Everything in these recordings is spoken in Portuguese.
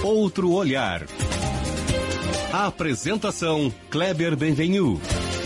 Outro olhar. A apresentação, Kleber Benvenu.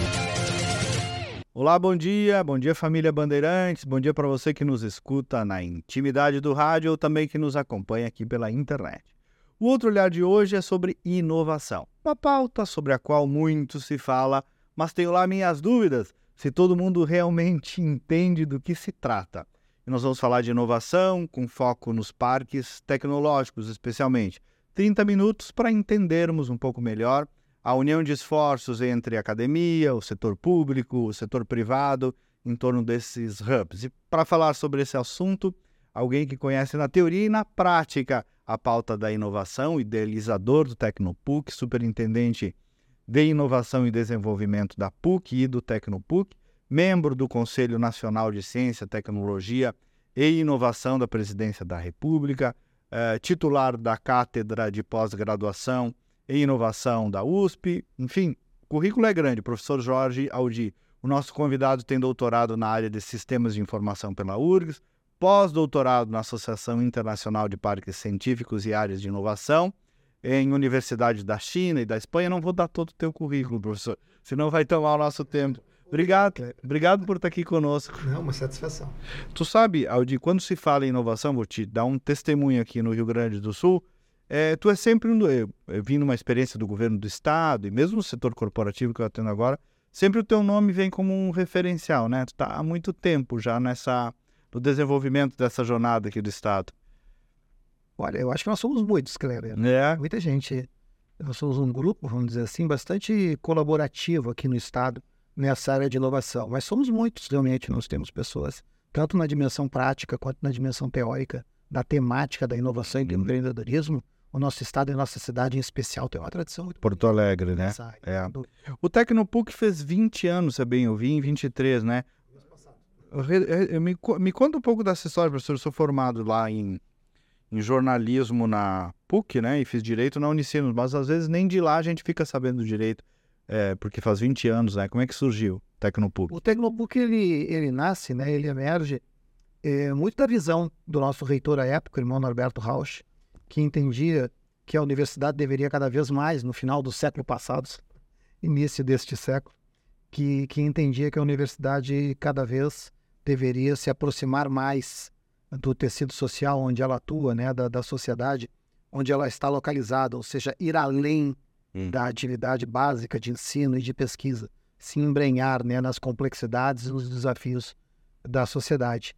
Olá, bom dia família Bandeirantes, bom dia para você que nos escuta na intimidade do rádio ou também que nos acompanha aqui pela internet. O outro olhar de hoje é sobre inovação, uma pauta sobre a qual muito se fala, mas tenho lá minhas dúvidas se todo mundo realmente entende do que se trata. E nós vamos falar de inovação com foco nos parques tecnológicos, especialmente. 30 minutos para entendermos um pouco melhor a união de esforços entre a academia, o setor público, o setor privado, em torno desses hubs. E para falar sobre esse assunto, alguém que conhece na teoria e na prática a pauta da inovação, idealizador do Tecnopuc, superintendente de Inovação e Desenvolvimento da PUC e do Tecnopuc, membro do Conselho Nacional de Ciência, Tecnologia e Inovação da Presidência da República, titular da Cátedra de Pós-Graduação e Inovação da USP, enfim, o currículo é grande. Professor Jorge Aldi, o nosso convidado tem doutorado na área de Sistemas de Informação pela URGS, pós-doutorado na Associação Internacional de Parques Científicos e Áreas de Inovação, em Universidades da China e da Espanha. Não vou dar todo o teu currículo, professor, senão vai tomar o nosso tempo. Obrigado por estar aqui conosco. É uma satisfação. Tu sabe, Aldi, quando se fala em inovação, vou te dar um testemunho aqui no Rio Grande do Sul, tu é sempre eu vim numa experiência do governo do estado e mesmo no setor corporativo que eu estou tendo agora, sempre o teu nome vem como um referencial, né? Tu está há muito tempo já no desenvolvimento dessa jornada aqui do estado. Olha, eu acho que nós somos muitos, Kleber. Muita gente. Nós somos um grupo, vamos dizer assim, bastante colaborativo aqui no estado, nessa área de inovação. Mas somos muitos, realmente, nós temos pessoas, tanto na dimensão prática quanto na dimensão teórica, da temática da inovação e do empreendedorismo. O nosso estado e a nossa cidade, em especial, tem uma tradição muito Porto Alegre, né? O Tecnopuc fez 20 anos, se bem eu vi, em 23, né? Me conta um pouco dessa história, professor. Eu sou formado lá em jornalismo na PUC, né? E fiz direito na Unicinos, mas às vezes nem de lá a gente fica sabendo do direito. Porque faz 20 anos, né? Como é que surgiu o Tecnopuc? O Tecnopuc, ele nasce, né? Ele emerge muito da visão do nosso reitor à época, o irmão Norberto Rauch, que entendia que a universidade deveria cada vez mais, no final do século passado, início deste século, que entendia que a universidade cada vez deveria se aproximar mais do tecido social onde ela atua, né? Da sociedade onde ela está localizada, ou seja, ir além da atividade básica de ensino e de pesquisa, se embrenhar, né, nas complexidades e nos desafios da sociedade.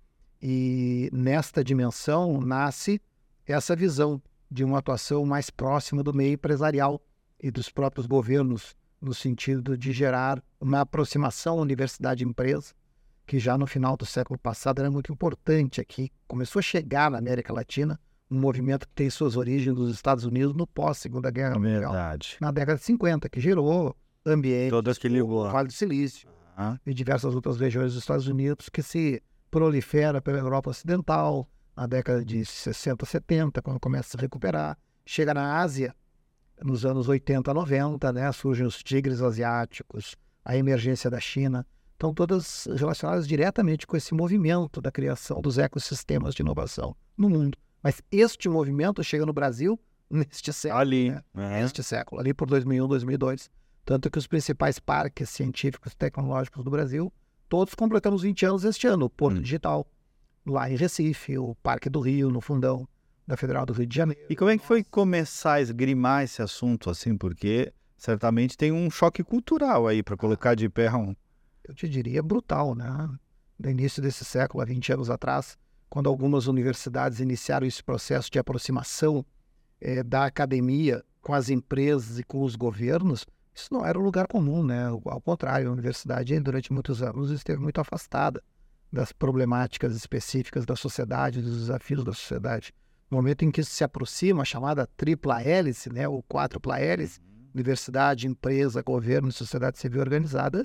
E nesta dimensão nasce essa visão de uma atuação mais próxima do meio empresarial e dos próprios governos, no sentido de gerar uma aproximação universidade-empresa, que já no final do século passado era muito importante aqui. Começou a chegar na América Latina, um movimento que tem suas origens nos Estados Unidos no pós-Segunda Guerra Mundial, na década de 50, que gerou ambiente, o Vale do Silício e diversas outras regiões dos Estados Unidos que se prolifera pela Europa Ocidental na década de 60, 70, quando começa a se recuperar. Chega na Ásia, nos anos 80, 90, né? Surgem os tigres asiáticos, a emergência da China. Então, todas relacionadas diretamente com esse movimento da criação dos ecossistemas de inovação no mundo. Mas este movimento chega no Brasil neste século. Neste século, ali por 2001, 2002. Tanto que os principais parques científicos e tecnológicos do Brasil, todos completamos 20 anos este ano. O Porto Digital, lá em Recife, o Parque do Rio, no Fundão da Federal do Rio de Janeiro. E como é que foi começar a esgrimar esse assunto assim? Porque certamente tem um choque cultural aí para colocar de pé Eu te diria brutal, né? No início desse século, há 20 anos atrás, quando algumas universidades iniciaram esse processo de aproximação da academia com as empresas e com os governos, isso não era um lugar comum, né? Ao contrário, a universidade durante muitos anos esteve muito afastada das problemáticas específicas da sociedade, dos desafios da sociedade. No momento em que isso se aproxima, a chamada tripla hélice, né? Ou quádrupla hélice, universidade, empresa, governo e sociedade civil organizada,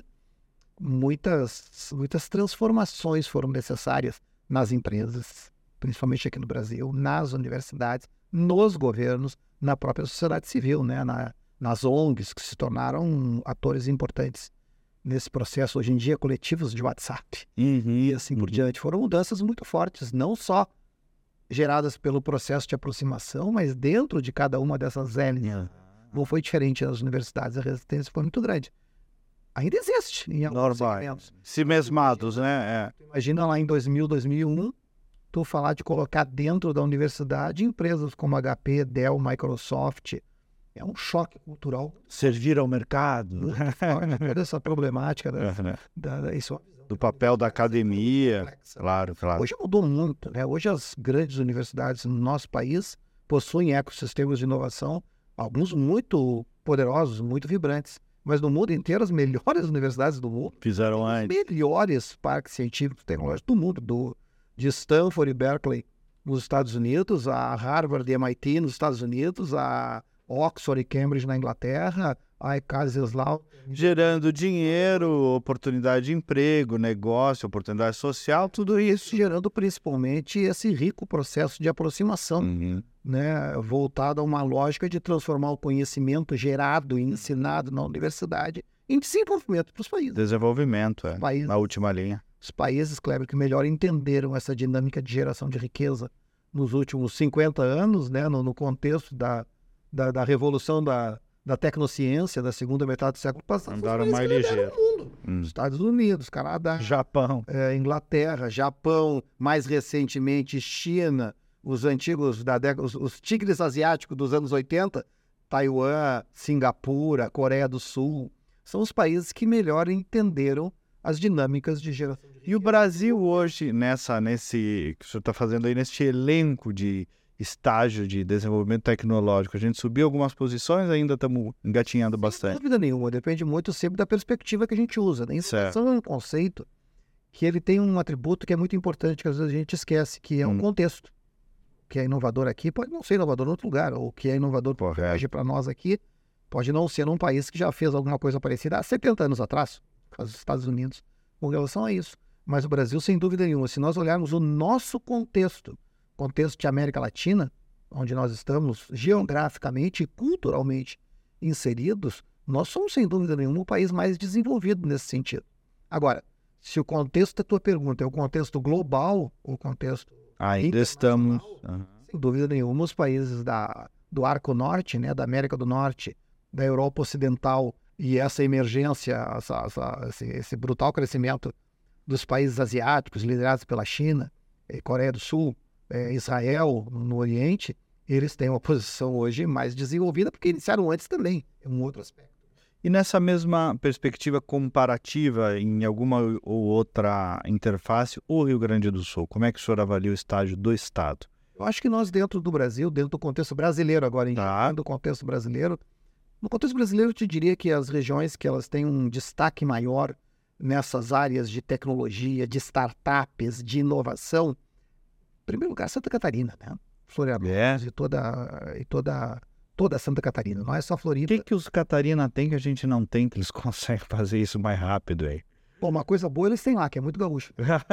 muitas transformações foram necessárias nas empresas, principalmente aqui no Brasil, nas universidades, nos governos, na própria sociedade civil, né? Nas ONGs, que se tornaram atores importantes nesse processo, hoje em dia, coletivos de WhatsApp e assim por diante. Foram mudanças muito fortes, não só geradas pelo processo de aproximação, mas dentro de cada uma dessas hélices não foi diferente nas universidades, a resistência foi muito grande. Ainda existe em alguns segmentos. Se mesmados, né? Imagina lá em 2000, 2001, tu falar de colocar dentro da universidade empresas como HP, Dell, Microsoft. É um choque cultural. Servir ao mercado. Toda essa problemática do papel da academia. Claro. Hoje mudou muito, né? Hoje as grandes universidades no nosso país possuem ecossistemas de inovação, alguns muito poderosos, muito vibrantes. Mas no mundo inteiro, as melhores universidades do mundo fizeram os melhores parques científicos e tecnológicos do mundo, de Stanford e Berkeley nos Estados Unidos, a Harvard e MIT nos Estados Unidos, a Oxford e Cambridge na Inglaterra, a Kaiserslautern. Gerando dinheiro, oportunidade de emprego, negócio, oportunidade social, tudo isso. Gerando principalmente esse rico processo de aproximação, né, voltado a uma lógica de transformar o conhecimento gerado e ensinado na universidade em desenvolvimento para os países. Desenvolvimento, na última linha. Os países, Kleber, que melhor entenderam essa dinâmica de geração de riqueza nos últimos 50 anos, né, no contexto da revolução da tecnociência da segunda metade do século passado. Andaram mais ligeiro. Estados Unidos, Canadá, Japão, Inglaterra, Japão, mais recentemente China, os antigos os tigres asiáticos dos anos 80, Taiwan, Singapura, Coreia do Sul, são os países que melhor entenderam as dinâmicas de geração de riqueza. E o Brasil hoje, nesse que o senhor está fazendo aí, nesse elenco de estágio de desenvolvimento tecnológico, a gente subiu algumas posições, ainda estamos engatinhando bastante. Sem dúvida nenhuma, depende muito sempre da perspectiva que a gente usa. Né? Inovação é um conceito que ele tem um atributo que é muito importante, que às vezes a gente esquece, que é um contexto. O que é inovador aqui pode não ser inovador em outro lugar, ou o que é inovador hoje para nós aqui pode não ser num país que já fez alguma coisa parecida há 70 anos atrás, os Estados Unidos, com relação a isso. Mas o Brasil, sem dúvida nenhuma, se nós olharmos o nosso contexto de América Latina, onde nós estamos geograficamente e culturalmente inseridos, nós somos, sem dúvida nenhuma, o país mais desenvolvido nesse sentido. Agora, se o contexto da tua pergunta é o contexto global, o contexto ainda estamos, sem dúvida nenhuma, os países do Arco Norte, né, da América do Norte, da Europa Ocidental, e essa emergência, esse brutal crescimento dos países asiáticos, liderados pela China, Coreia do Sul, Israel no Oriente, eles têm uma posição hoje mais desenvolvida, porque iniciaram antes também, é um outro aspecto. E nessa mesma perspectiva comparativa, em alguma ou outra interface, o Rio Grande do Sul, como é que o senhor avalia o estágio do Estado? Eu acho que nós, dentro do Brasil, dentro do contexto brasileiro agora, dentro do contexto brasileiro, no contexto brasileiro eu te diria que as regiões que elas têm um destaque maior nessas áreas de tecnologia, de startups, de inovação, em primeiro lugar, Santa Catarina, né? Florianópolis e toda Santa Catarina, não é só Floripa. O que os Catarina têm que a gente não tem, que eles conseguem fazer isso mais rápido aí? Bom, uma coisa boa eles têm lá, que é muito gaúcho.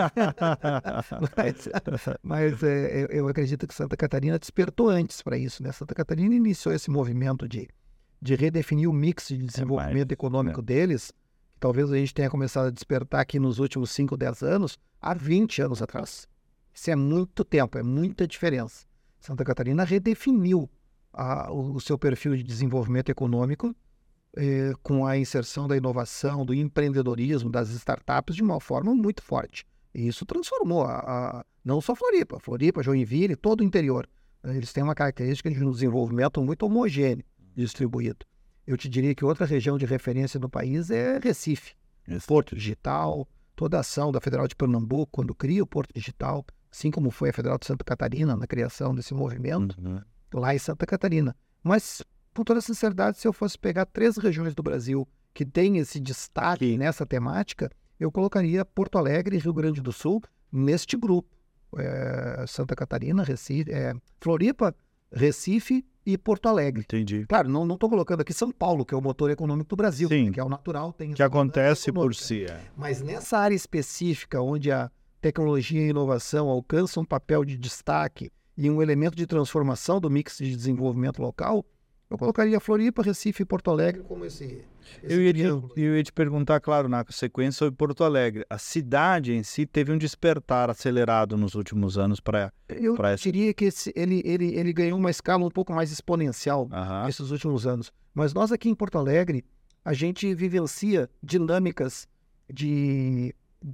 mas eu acredito que Santa Catarina despertou antes para isso, né? Santa Catarina iniciou esse movimento de redefinir o mix de desenvolvimento econômico deles, que talvez a gente tenha começado a despertar aqui nos últimos 5, 10 anos, há 20 anos atrás. Isso é muito tempo, é muita diferença. Santa Catarina redefiniu o seu perfil de desenvolvimento econômico com a inserção da inovação, do empreendedorismo, das startups de uma forma muito forte. E isso transformou não só Floripa, Joinville, todo o interior. Eles têm uma característica de um desenvolvimento muito homogêneo, distribuído. Eu te diria que outra região de referência no país é Recife. Porto Digital, toda a ação da Federal de Pernambuco, quando cria o Porto Digital, assim como foi a Federal de Santa Catarina na criação desse movimento, lá em Santa Catarina. Mas, com toda sinceridade, se eu fosse pegar 3 regiões do Brasil que têm esse destaque nessa temática, eu colocaria Porto Alegre e Rio Grande do Sul neste grupo. Santa Catarina, Recife, Floripa, Recife e Porto Alegre. Entendi. Claro, não estou colocando aqui São Paulo, que é o motor econômico do Brasil, que é o natural. Que acontece por si. Mas nessa área específica, onde a tecnologia e a inovação alcançam um papel de destaque e um elemento de transformação do mix de desenvolvimento local, Eu colocaria Floripa, Recife e Porto Alegre como esse Eu ia triângulo. te perguntar, claro, na sequência sobre Porto Alegre. A cidade em si teve um despertar acelerado nos últimos anos para Eu essa... diria que ele ganhou uma escala um pouco mais exponencial Aham. nesses últimos anos. Mas nós aqui em Porto Alegre, a gente vivencia dinâmicas de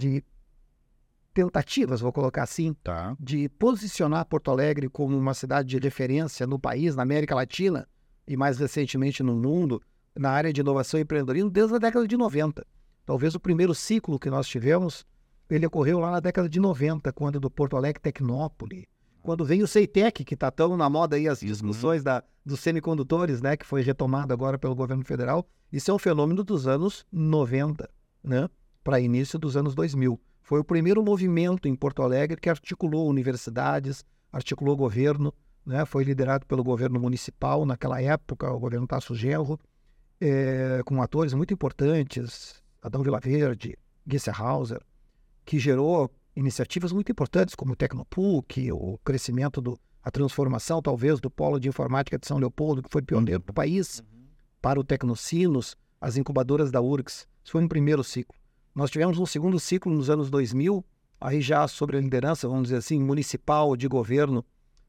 tentativas, vou colocar assim, Tá. de posicionar Porto Alegre como uma cidade de referência no país, na América Latina e mais recentemente no mundo, na área de inovação e empreendedorismo desde a década de 90. Talvez o primeiro ciclo que nós tivemos, ele ocorreu lá na década de 90, quando do Porto Alegre Tecnópole, quando veio o CEITEC, que está tão na moda aí as discussões dos semicondutores, né, que foi retomado agora pelo governo federal. Isso é um fenômeno dos anos 90, né, para início dos anos 2000. Foi o primeiro movimento em Porto Alegre que articulou universidades, articulou governo, né, foi liderado pelo governo municipal naquela época, o governo Tasso Genro, com atores muito importantes, Adão Vilaverde, Gisser Hauser, que gerou iniciativas muito importantes, como o Tecnopuc, o crescimento, a transformação, talvez, do Polo de Informática de São Leopoldo, que foi pioneiro do país, para o Tecnocinos, as incubadoras da URGS. Isso foi um primeiro ciclo. Nós tivemos um segundo ciclo nos anos 2000, aí já sobre a liderança, vamos dizer assim, municipal, de governo,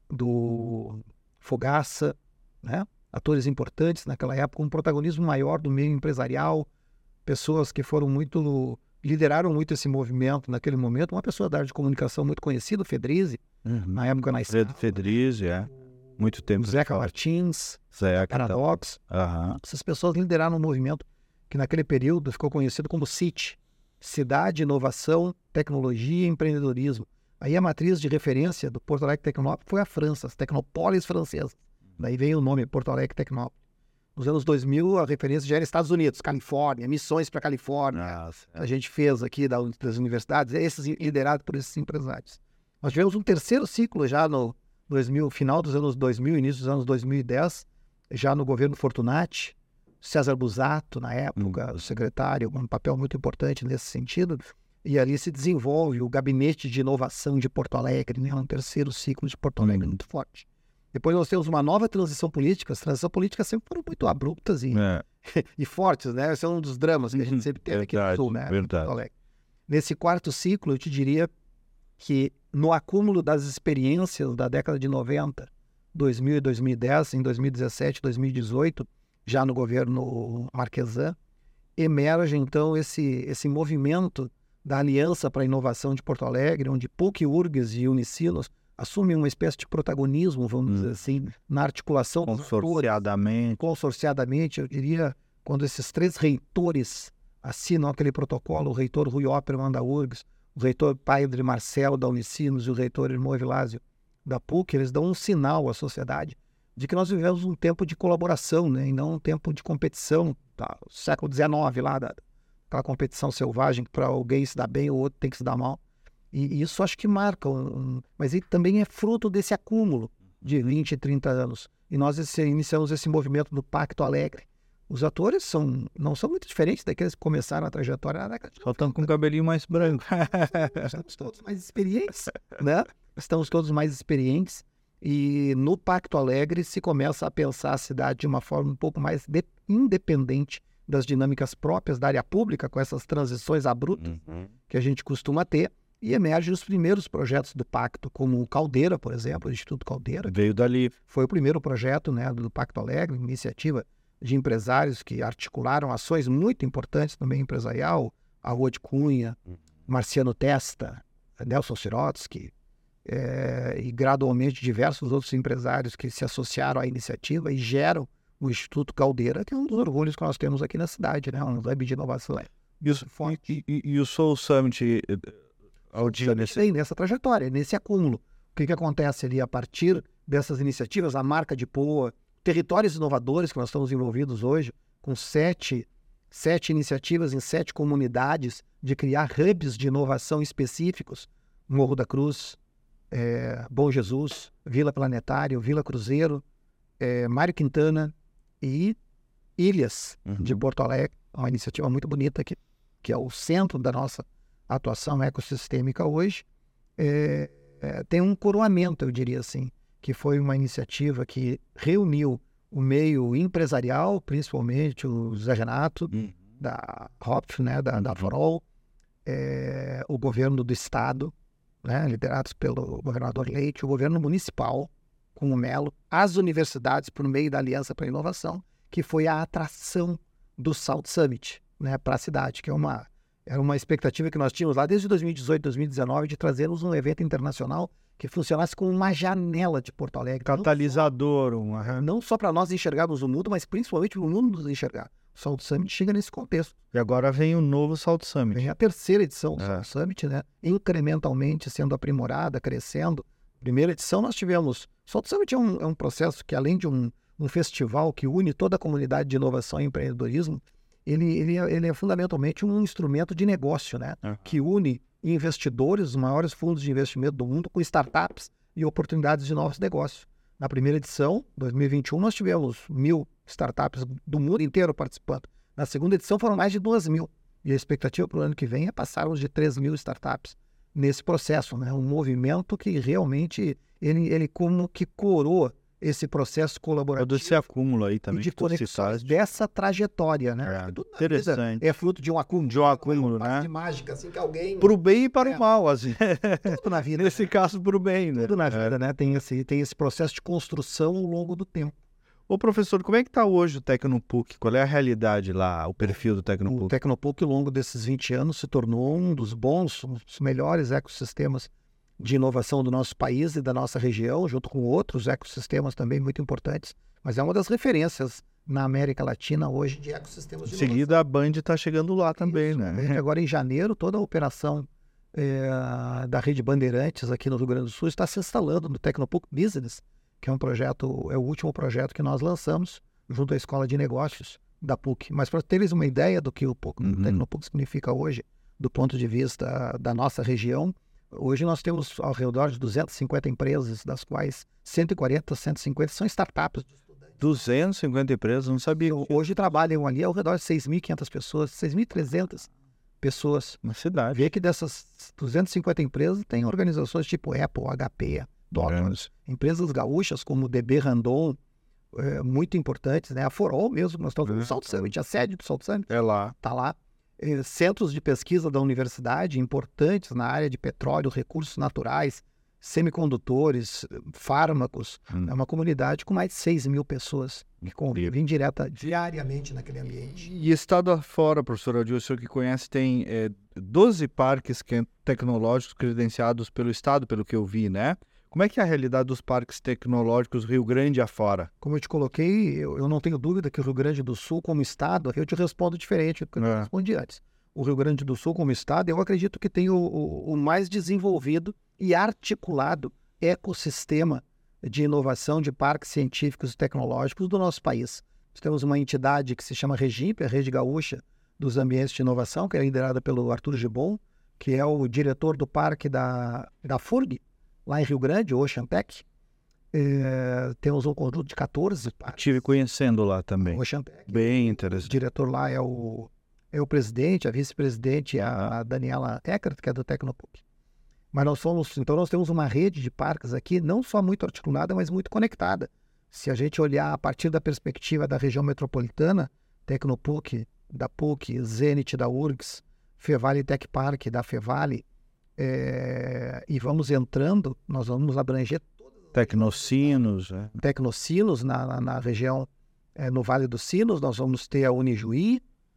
do Fogaça, né? Atores importantes naquela época, um protagonismo maior do meio empresarial, pessoas que lideraram muito esse movimento naquele momento. Uma pessoa da área de comunicação muito conhecida, o Fedrizzi, na época na escala. Fedrizzi, muito tempo. O Zeca Martins, Paradox. Essas pessoas lideraram um movimento que naquele período ficou conhecido como CIT, Cidade, Inovação, Tecnologia e Empreendedorismo. Aí a matriz de referência do Porto Alegre Tecnópole foi a França, as Tecnopólis francesas. Daí veio o nome Porto Alegre Tecnópole. Nos anos 2000, a referência já era Estados Unidos, Califórnia, missões para Califórnia. A gente fez aqui das universidades, liderado por esses empresários. Nós tivemos um terceiro ciclo já no final dos anos 2000, início dos anos 2010, já no governo Fortunati, César Busato, na época, o secretário, um papel muito importante nesse sentido, e ali se desenvolve o Gabinete de Inovação de Porto Alegre, né? Um terceiro ciclo de Porto Alegre muito forte. Depois nós temos uma nova transição política. As transições políticas sempre foram muito abruptas e fortes, né? Esse é um dos dramas que a gente sempre teve aqui no Sul, né? Porto Alegre. Nesse quarto ciclo, eu te diria que no acúmulo das experiências da década de 90, 2000 e 2010, em 2017, 2018, já no governo Marquesan, emerge então esse movimento da Aliança para a Inovação de Porto Alegre, onde PUC, URGS e Unicinos assumem uma espécie de protagonismo, vamos dizer assim, na articulação consorciadamente, eu diria, quando esses três reitores assinam aquele protocolo, o reitor Rui Oppermann da URGS, o reitor Padre Marcelo da Unicinos e o reitor Irmão Evilásio da PUC, eles dão um sinal à sociedade de que nós vivemos um tempo de colaboração, né, e não um tempo de competição, século XIX lá, aquela competição selvagem, que para alguém se dá bem, o outro tem que se dar mal. E isso acho que marca, mas ele também é fruto desse acúmulo de 20 e 30 anos. E nós iniciamos esse movimento do Pacto Alegre. Os atores não são muito diferentes daqueles que começaram a trajetória na década de 90. Só estão com o cabelinho mais branco. Estamos todos mais experientes, né? Estamos todos mais experientes. E no Pacto Alegre se começa a pensar a cidade de uma forma um pouco mais independente das dinâmicas próprias da área pública, com essas transições abruptas que a gente costuma ter. E emergem os primeiros projetos do Pacto, como o Caldeira, por exemplo, o Instituto Caldeira. Veio dali. Foi o primeiro projeto, né, do Pacto Alegre, iniciativa de empresários que articularam ações muito importantes no meio empresarial, a Rua de Cunha, Marciano Testa, Nelson Sirotsky, e gradualmente diversos outros empresários que se associaram à iniciativa e geram o Instituto Caldeira, que é um dos orgulhos que nós temos aqui na cidade, né, um hub de inovação. E o Soul Summit... nessa trajetória, nesse acúmulo. O que acontece ali a partir dessas iniciativas, a marca de Poa, territórios inovadores que nós estamos envolvidos hoje, com sete iniciativas em 7 comunidades de criar hubs de inovação específicos, Morro da Cruz, Bom Jesus, Vila Planetário, Vila Cruzeiro, Mário Quintana e Ilhas de Porto Alegre, uma iniciativa muito bonita que é o centro da nossa atuação ecossistêmica hoje, tem um coroamento, eu diria assim, que foi uma iniciativa que reuniu o meio empresarial, principalmente o Zé Renato, da Hopf, né, da Farol, o governo do estado, né, liderados pelo governador Leite, o governo municipal, com o Melo, as universidades por meio da Aliança para a Inovação, que foi a atração do South Summit, né, para a cidade, que era uma expectativa que nós tínhamos lá desde 2018, 2019, de trazermos um evento internacional que funcionasse como uma janela de Porto Alegre. Catalisador. Não só para nós enxergarmos o mundo, mas principalmente para o mundo nos enxergar. O South Summit chega nesse contexto. E agora vem o novo South Summit. Vem a terceira edição do South Summit, né? Incrementalmente sendo aprimorada, crescendo. Primeira edição nós tivemos... O South Summit é um processo que, além de um festival que une toda a comunidade de inovação e empreendedorismo, ele é fundamentalmente um instrumento de negócio, né? Que une investidores, os maiores fundos de investimento do mundo, com startups e oportunidades de novos negócios. Na primeira edição, 2021, nós tivemos 1.000 startups do mundo inteiro participando. Na segunda edição foram mais de 2.000. E a expectativa para o ano que vem é passarmos de 3.000 startups nesse processo, né? Um movimento que realmente ele como que coroa esse processo colaborativo. Todo esse acúmulo aí também. De conexões dessa trajetória, né? Interessante. É fruto de um acúmulo. De um acúmulo, né? De mágica, assim, que alguém... Para o bem e para o mal, assim. Tudo na vida. Nesse caso, para o bem, né? Tudo na vida, né? Tem esse processo de construção ao longo do tempo. Ô, professor, como é que está hoje o Tecnopuc? Qual é a realidade lá, o perfil do Tecnopuc? O Tecnopuc, ao longo desses 20 anos, se tornou um dos melhores ecossistemas de inovação do nosso país e da nossa região, junto com outros ecossistemas também muito importantes, mas é uma das referências na América Latina hoje de ecossistemas de inovação. Em seguida, a Band está chegando lá também, Isso, né? Agora, em janeiro, toda a operação da Rede Bandeirantes aqui no Rio Grande do Sul está se instalando no Tecnopuc Business, que é o último projeto que nós lançamos junto à Escola de Negócios da PUC. Mas para teres uma ideia do que o Tecnopuc significa hoje, do ponto de vista da nossa região, hoje nós temos ao redor de 250 empresas, das quais 140, 150 são startups. 250 empresas, não sabia. Hoje trabalham ali ao redor de 6.500 pessoas, 6.300 pessoas. Na cidade. Vê que dessas 250 empresas tem organizações tipo Apple, HP, Dockers, empresas gaúchas como o DB Randon, muito importantes, né? A Forol mesmo, nós estamos no South Summit, a sede do South Summit. É lá. Está lá. Centros de pesquisa da universidade importantes na área de petróleo, recursos naturais, semicondutores, fármacos. É uma comunidade com mais de 6.000 pessoas que convivem diariamente naquele ambiente. E estado afora, professor Adil, o senhor que conhece, tem 12 parques tecnológicos credenciados pelo estado, pelo que eu vi, né? Como é que é a realidade dos parques tecnológicos Rio Grande afora? Como eu te coloquei, eu não tenho dúvida que o Rio Grande do Sul, como estado, eu te respondo diferente do que eu respondi antes. O Rio Grande do Sul, como estado, eu acredito que tem o mais desenvolvido e articulado ecossistema de inovação de parques científicos e tecnológicos do nosso país. Nós temos uma entidade que se chama Regimp, a Rede Gaúcha dos Ambientes de Inovação, que é liderada pelo Arthur Gibon, que é o diretor do parque da FURG, lá em Rio Grande, o Ocean Tech. Temos um conjunto de 14 parques. Estive conhecendo lá também. Ocean Tech. Bem interessante. O diretor lá é o presidente, a vice-presidente, a Daniela Eckert, que é do Tecnopuc. Mas nós temos uma rede de parques aqui, não só muito articulada, mas muito conectada. Se a gente olhar a partir da perspectiva da região metropolitana, Tecnopuc, da PUC, Zenit, da URGS, Fevale Tech Park, da Fevale, e vamos entrando, nós vamos abranger Tecnocinos, Tecnocinos na região, no Vale dos Sinos, nós vamos ter a Unijuí,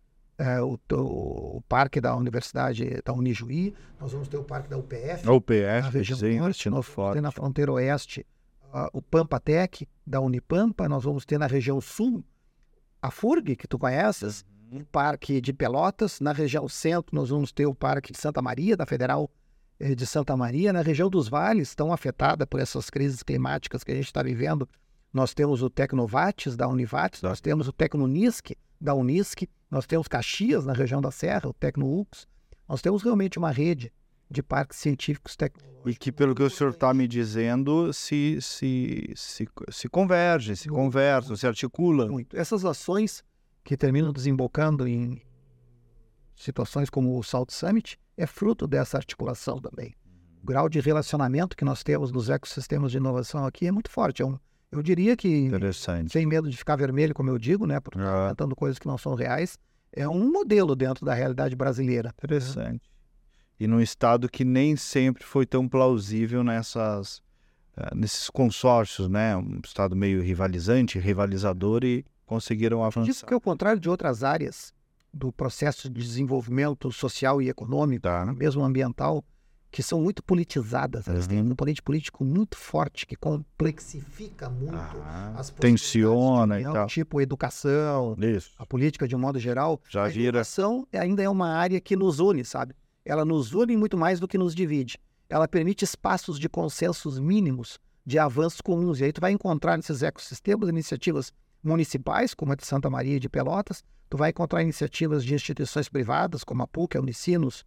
o parque da Universidade da Unijuí, nós vamos ter o parque da UPF, na região norte, nós vamos ter na fronteira oeste o Pampa Tech da Unipampa, nós vamos ter na região sul a FURG, que tu conheces, o parque de Pelotas, na região centro nós vamos ter o parque de Santa Maria, da Federal de Santa Maria. Na região dos vales, tão afetada por essas crises climáticas que a gente está vivendo, nós temos o Tecnovates da Univates, nós temos o Tecnonisc da Unisc, nós temos Caxias na região da Serra, o Tecnoux. Nós temos realmente uma rede de parques científicos tecnológicos. E que, pelo que o senhor está me dizendo, se convergem, se conversam, se articulam. Muito. Essas ações que terminam desembocando em situações como o South Summit é fruto dessa articulação também. O grau de relacionamento que nós temos nos ecossistemas de inovação aqui é muito forte. Eu Eu diria que, Interessante. sem medo de ficar vermelho, como eu digo, né, por estar tentando coisas que não são reais, é um modelo dentro da realidade brasileira. Interessante. E num estado que nem sempre foi tão plausível nesses consórcios, né? Um estado meio rivalizante, rivalizador, e conseguiram avançar. Disso que, ao contrário de outras áreas do processo de desenvolvimento social e econômico, mesmo ambiental, que são muito politizadas, elas têm um componente político muito forte, que complexifica muito as tensiona e tal. Tipo educação, Isso. a política de um modo geral. Já a vira. educação ainda é uma área que nos une, sabe? Ela nos une muito mais do que nos divide. Ela permite espaços de consensos mínimos, de avanços comuns. E aí tu vai encontrar nesses ecossistemas iniciativas municipais, como a de Santa Maria e de Pelotas. Tu vai encontrar iniciativas de instituições privadas, como a PUC, a Unicinos,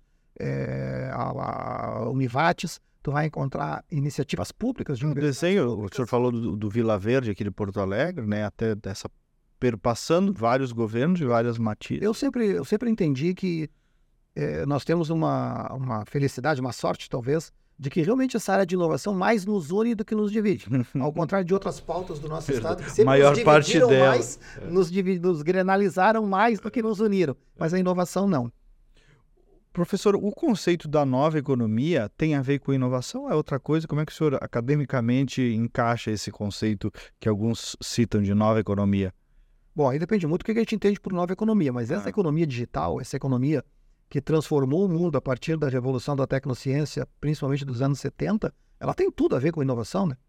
a Univates. Tu vai encontrar iniciativas públicas de universidades públicas. O senhor falou do Vila Verde aqui de Porto Alegre, né? Até perpassando vários governos e várias matizes. Eu sempre entendi que nós temos uma felicidade, uma sorte talvez, de que realmente essa área de inovação mais nos une do que nos divide. Ao contrário de outras pautas do nosso estado, que sempre maior nos parte dividiram dela. mais, nos grenalizaram mais do que nos uniram. Mas a inovação não. Professor, o conceito da nova economia tem a ver com inovação ou é outra coisa? Como é que o senhor academicamente encaixa esse conceito que alguns citam de nova economia? Bom, aí depende muito do que a gente entende por nova economia, mas essa economia digital, essa economia que transformou o mundo a partir da revolução da tecnociência, principalmente dos anos 70, ela tem tudo a ver com inovação, né?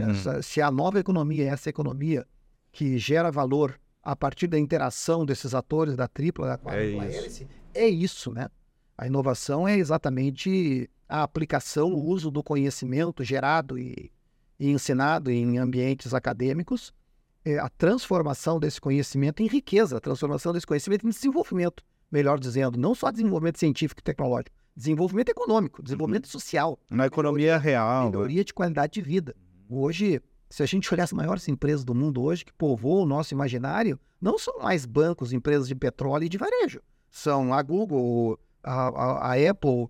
Se a nova economia é essa economia que gera valor a partir da interação desses atores da tripla, da quádrupla hélice, é isso, né? A inovação é exatamente a aplicação, o uso do conhecimento gerado e ensinado em ambientes acadêmicos, a transformação desse conhecimento em riqueza, a transformação desse conhecimento em desenvolvimento, melhor dizendo, não só desenvolvimento científico e tecnológico, desenvolvimento econômico, desenvolvimento social. Na economia real. Melhoria de qualidade de vida. Hoje, se a gente olhar as maiores empresas do mundo hoje que povoam o nosso imaginário, não são mais bancos, empresas de petróleo e de varejo. São a Google, a Apple,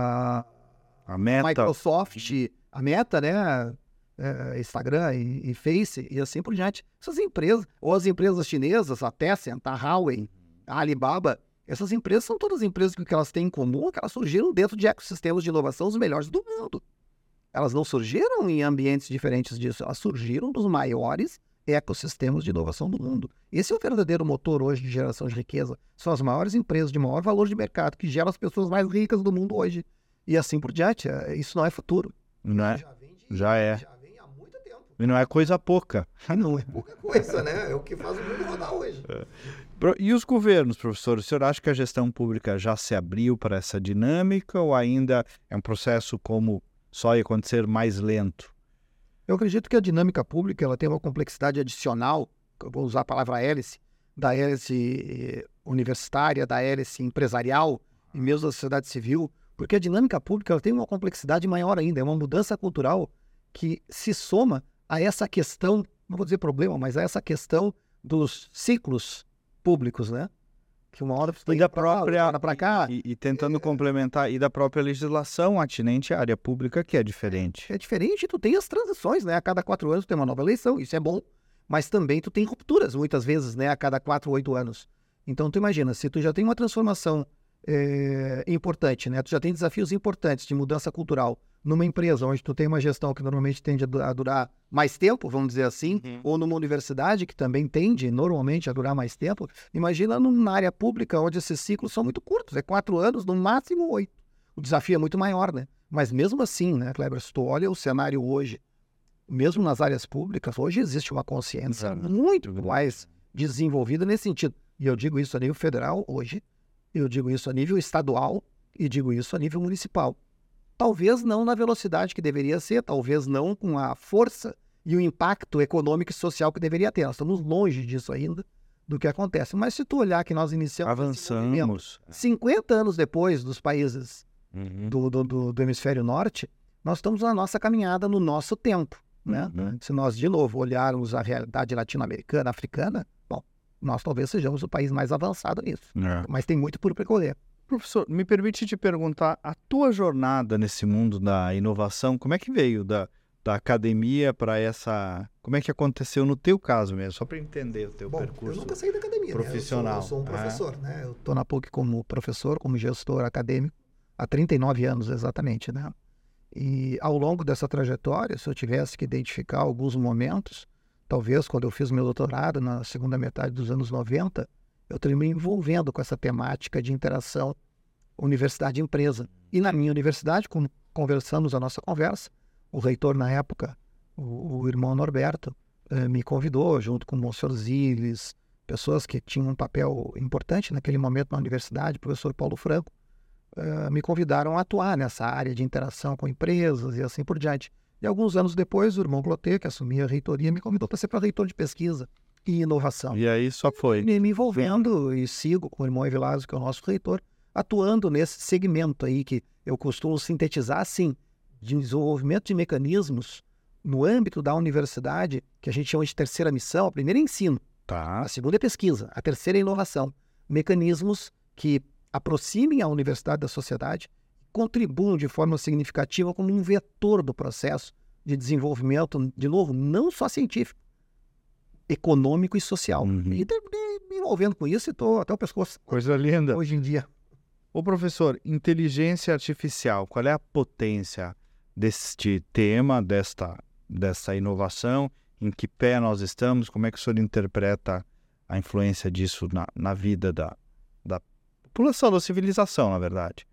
a Meta. Microsoft, a Meta, né? Instagram e Face e assim por diante. Essas empresas, ou as empresas chinesas, a Tencent, a Huawei, a Alibaba, essas empresas são todas empresas que o que elas têm em comum é que elas surgiram dentro de ecossistemas de inovação os melhores do mundo. Elas não surgiram em ambientes diferentes disso, elas surgiram nos maiores ecossistemas de inovação do mundo. Esse é o verdadeiro motor hoje de geração de riqueza. São as maiores empresas de maior valor de mercado que geram as pessoas mais ricas do mundo hoje. E assim por diante. Isso não é futuro. Não é? Já vem há muito tempo. E não é coisa pouca. Não é pouca coisa, né? É o que faz o mundo rodar hoje. E os governos, professor? O senhor acha que a gestão pública já se abriu para essa dinâmica ou ainda é um processo como só ia acontecer mais lento? Eu acredito que a dinâmica pública ela tem uma complexidade adicional, eu vou usar a palavra hélice, da hélice universitária, da hélice empresarial e mesmo da sociedade civil, porque a dinâmica pública ela tem uma complexidade maior ainda, é uma mudança cultural que se soma a essa questão, não vou dizer problema, mas a essa questão dos ciclos públicos, né? Que uma hora e da própria para cá e tentando complementar e da própria legislação atinente à área pública que é diferente. É diferente, tu tem as transições, né? A cada 4 anos tu tem uma nova eleição, isso é bom, mas também tu tem rupturas muitas vezes, né? A cada 4 ou 8 anos. Então tu imagina, se tu já tem uma transformação importante, né? Tu já tem desafios importantes de mudança cultural numa empresa onde tu tem uma gestão que normalmente tende a durar mais tempo, vamos dizer assim, ou numa universidade que também tende normalmente a durar mais tempo, imagina na área pública onde esses ciclos são muito curtos, é 4 anos, no máximo 8. O desafio é muito maior, né? Mas mesmo assim, né, Kleber, se tu olha o cenário hoje, mesmo nas áreas públicas, hoje existe uma consciência muito mais desenvolvida nesse sentido. E eu digo isso a nível federal hoje, eu digo isso a nível estadual e digo isso a nível municipal. Talvez não na velocidade que deveria ser, talvez não com a força e o impacto econômico e social que deveria ter. Nós estamos longe disso ainda do que acontece. Mas se tu olhar que nós iniciamos... Avançamos. 50 anos depois dos países do hemisfério norte, nós estamos na nossa caminhada no nosso tempo, né? Se nós, de novo, olharmos a realidade latino-americana, africana, bom, nós talvez sejamos o país mais avançado nisso. Mas tem muito por percorrer. Professor, me permite te perguntar, a tua jornada nesse mundo da inovação, como é que veio da academia para essa... Como é que aconteceu no teu caso mesmo? Só para entender o teu percurso eu nunca saí da academia, profissional. Né? Eu sou um professor, né? Eu estou na PUC como professor, como gestor acadêmico, há 39 anos exatamente, né? E ao longo dessa trajetória, se eu tivesse que identificar alguns momentos, talvez quando eu fiz meu doutorado, na segunda metade dos anos 90, eu teria me envolvendo com essa temática de interação universidade-empresa. E na minha universidade, como conversamos a nossa conversa, o reitor na época, o irmão Norberto, me convidou, junto com o Monsenhor Ziles, pessoas que tinham um papel importante naquele momento na universidade, o professor Paulo Franco, me convidaram a atuar nessa área de interação com empresas e assim por diante. E alguns anos depois, o irmão Clotet, que assumia a reitoria, me convidou para ser reitor de pesquisa e inovação. E aí só foi. Me envolvendo e sigo com o irmão Evilásio, que é o nosso reitor, atuando nesse segmento aí que eu costumo sintetizar assim, de desenvolvimento de mecanismos no âmbito da universidade, que a gente chama de terceira missão. A primeira é ensino, a segunda é pesquisa, a terceira é inovação. Mecanismos que aproximem a universidade da sociedade, contribuam de forma significativa como um vetor do processo de desenvolvimento, de novo, não só científico, econômico e social. E me envolvendo com isso e estou até o pescoço. Coisa linda. Hoje em dia. Ô professor, inteligência artificial, qual é a potência deste tema, dessa inovação? Em que pé nós estamos? Como é que o senhor interpreta a influência disso na vida da população, da civilização, na verdade?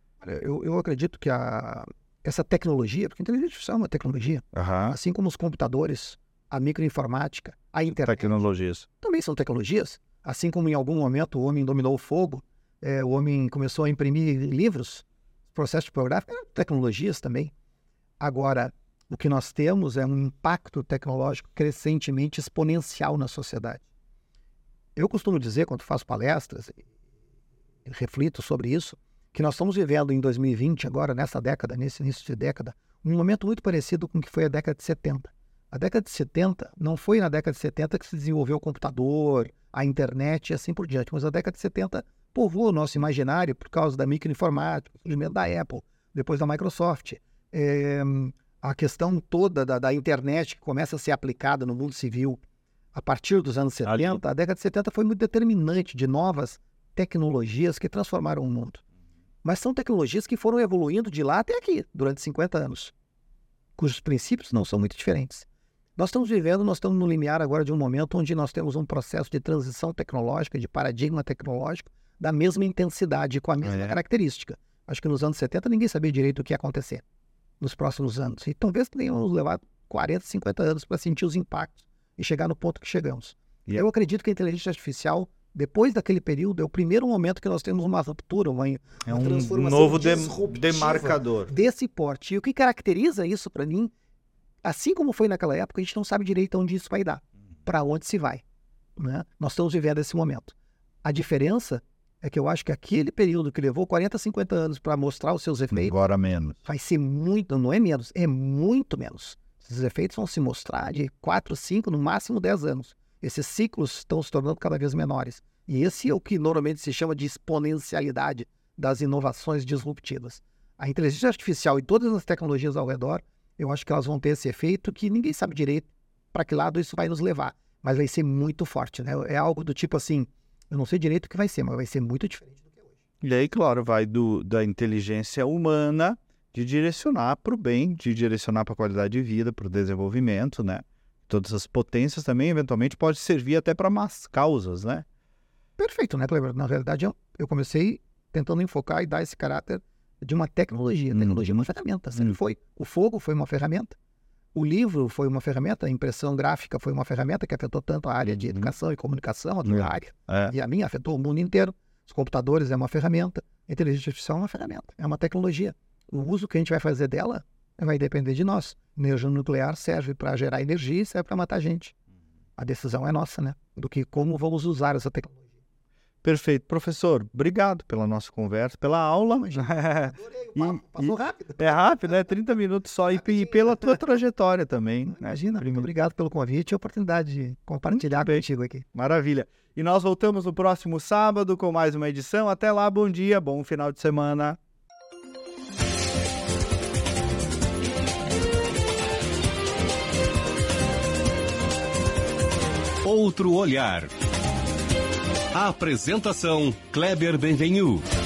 Eu acredito que essa tecnologia, porque a inteligência artificial é uma tecnologia, assim como os computadores, a microinformática, a internet, tecnologias também são tecnologias. Assim como em algum momento o homem dominou o fogo, o homem começou a imprimir livros, processo tipográfico, tecnologias também. Agora, o que nós temos é um impacto tecnológico crescentemente exponencial na sociedade. Eu costumo dizer, quando faço palestras, reflito sobre isso, que nós estamos vivendo em 2020, agora, nessa década, nesse início de década, um momento muito parecido com o que foi a década de 70. A década de 70, não foi na década de 70 que se desenvolveu o computador, a internet e assim por diante, mas a década de 70 povoou o nosso imaginário por causa da microinformática, o surgimento da Apple, depois da Microsoft. A questão toda da internet que começa a ser aplicada no mundo civil a partir dos anos 70, a década de 70 foi muito determinante de novas tecnologias que transformaram o mundo. Mas são tecnologias que foram evoluindo de lá até aqui, durante 50 anos, cujos princípios não são muito diferentes. Nós estamos no limiar agora de um momento onde nós temos um processo de transição tecnológica, de paradigma tecnológico, da mesma intensidade, com a mesma característica. Acho que nos anos 70 ninguém sabia direito o que ia acontecer nos próximos anos. E talvez tenhamos levado 40, 50 anos para sentir os impactos e chegar no ponto que chegamos. Eu acredito que a inteligência artificial, depois daquele período, é o primeiro momento que nós temos uma ruptura, uma transformação um novo demarcador desse porte. E o que caracteriza isso para mim, assim como foi naquela época, a gente não sabe direito onde isso vai dar, para onde se vai, né? Nós estamos vivendo esse momento. A diferença é que eu acho que aquele período que levou 40, 50 anos para mostrar os seus efeitos, agora menos, vai ser muito, não é menos, é muito menos. Esses efeitos vão se mostrar de 4, 5, no máximo 10 anos. Esses ciclos estão se tornando cada vez menores. E esse é o que normalmente se chama de exponencialidade das inovações disruptivas. A inteligência artificial e todas as tecnologias ao redor, eu acho que elas vão ter esse efeito que ninguém sabe direito para que lado isso vai nos levar. Mas vai ser muito forte, né? É algo do tipo assim, eu não sei direito o que vai ser, mas vai ser muito diferente do que é hoje. E aí, claro, vai da inteligência humana de direcionar para o bem, de direcionar para a qualidade de vida, para o desenvolvimento, né? Todas as potências também, eventualmente, pode servir até para más causas, né? Perfeito, né, Kleber? Na verdade, eu comecei tentando enfocar e dar esse caráter de uma tecnologia. A tecnologia é uma ferramenta, sempre foi. O fogo foi uma ferramenta. O livro foi uma ferramenta, a impressão gráfica foi uma ferramenta que afetou tanto a área de educação e comunicação, a tua área. E a minha afetou o mundo inteiro. Os computadores é uma ferramenta, a inteligência artificial é uma ferramenta, é uma tecnologia. O uso que a gente vai fazer dela vai depender de nós. Energia nuclear serve para gerar energia e serve para matar gente. A decisão é nossa, né? Do que como vamos usar essa tecnologia. Perfeito. Professor, obrigado pela nossa conversa, pela aula. Adorei, o papo passou rápido. É rápido, né? 30 minutos só. E pela tua trajetória também. Imagina, obrigado pelo convite e a oportunidade de compartilhar contigo aqui. Maravilha. E nós voltamos no próximo sábado com mais uma edição. Até lá, bom dia, bom final de semana. Outro olhar. Apresentação Kleber Benvenu.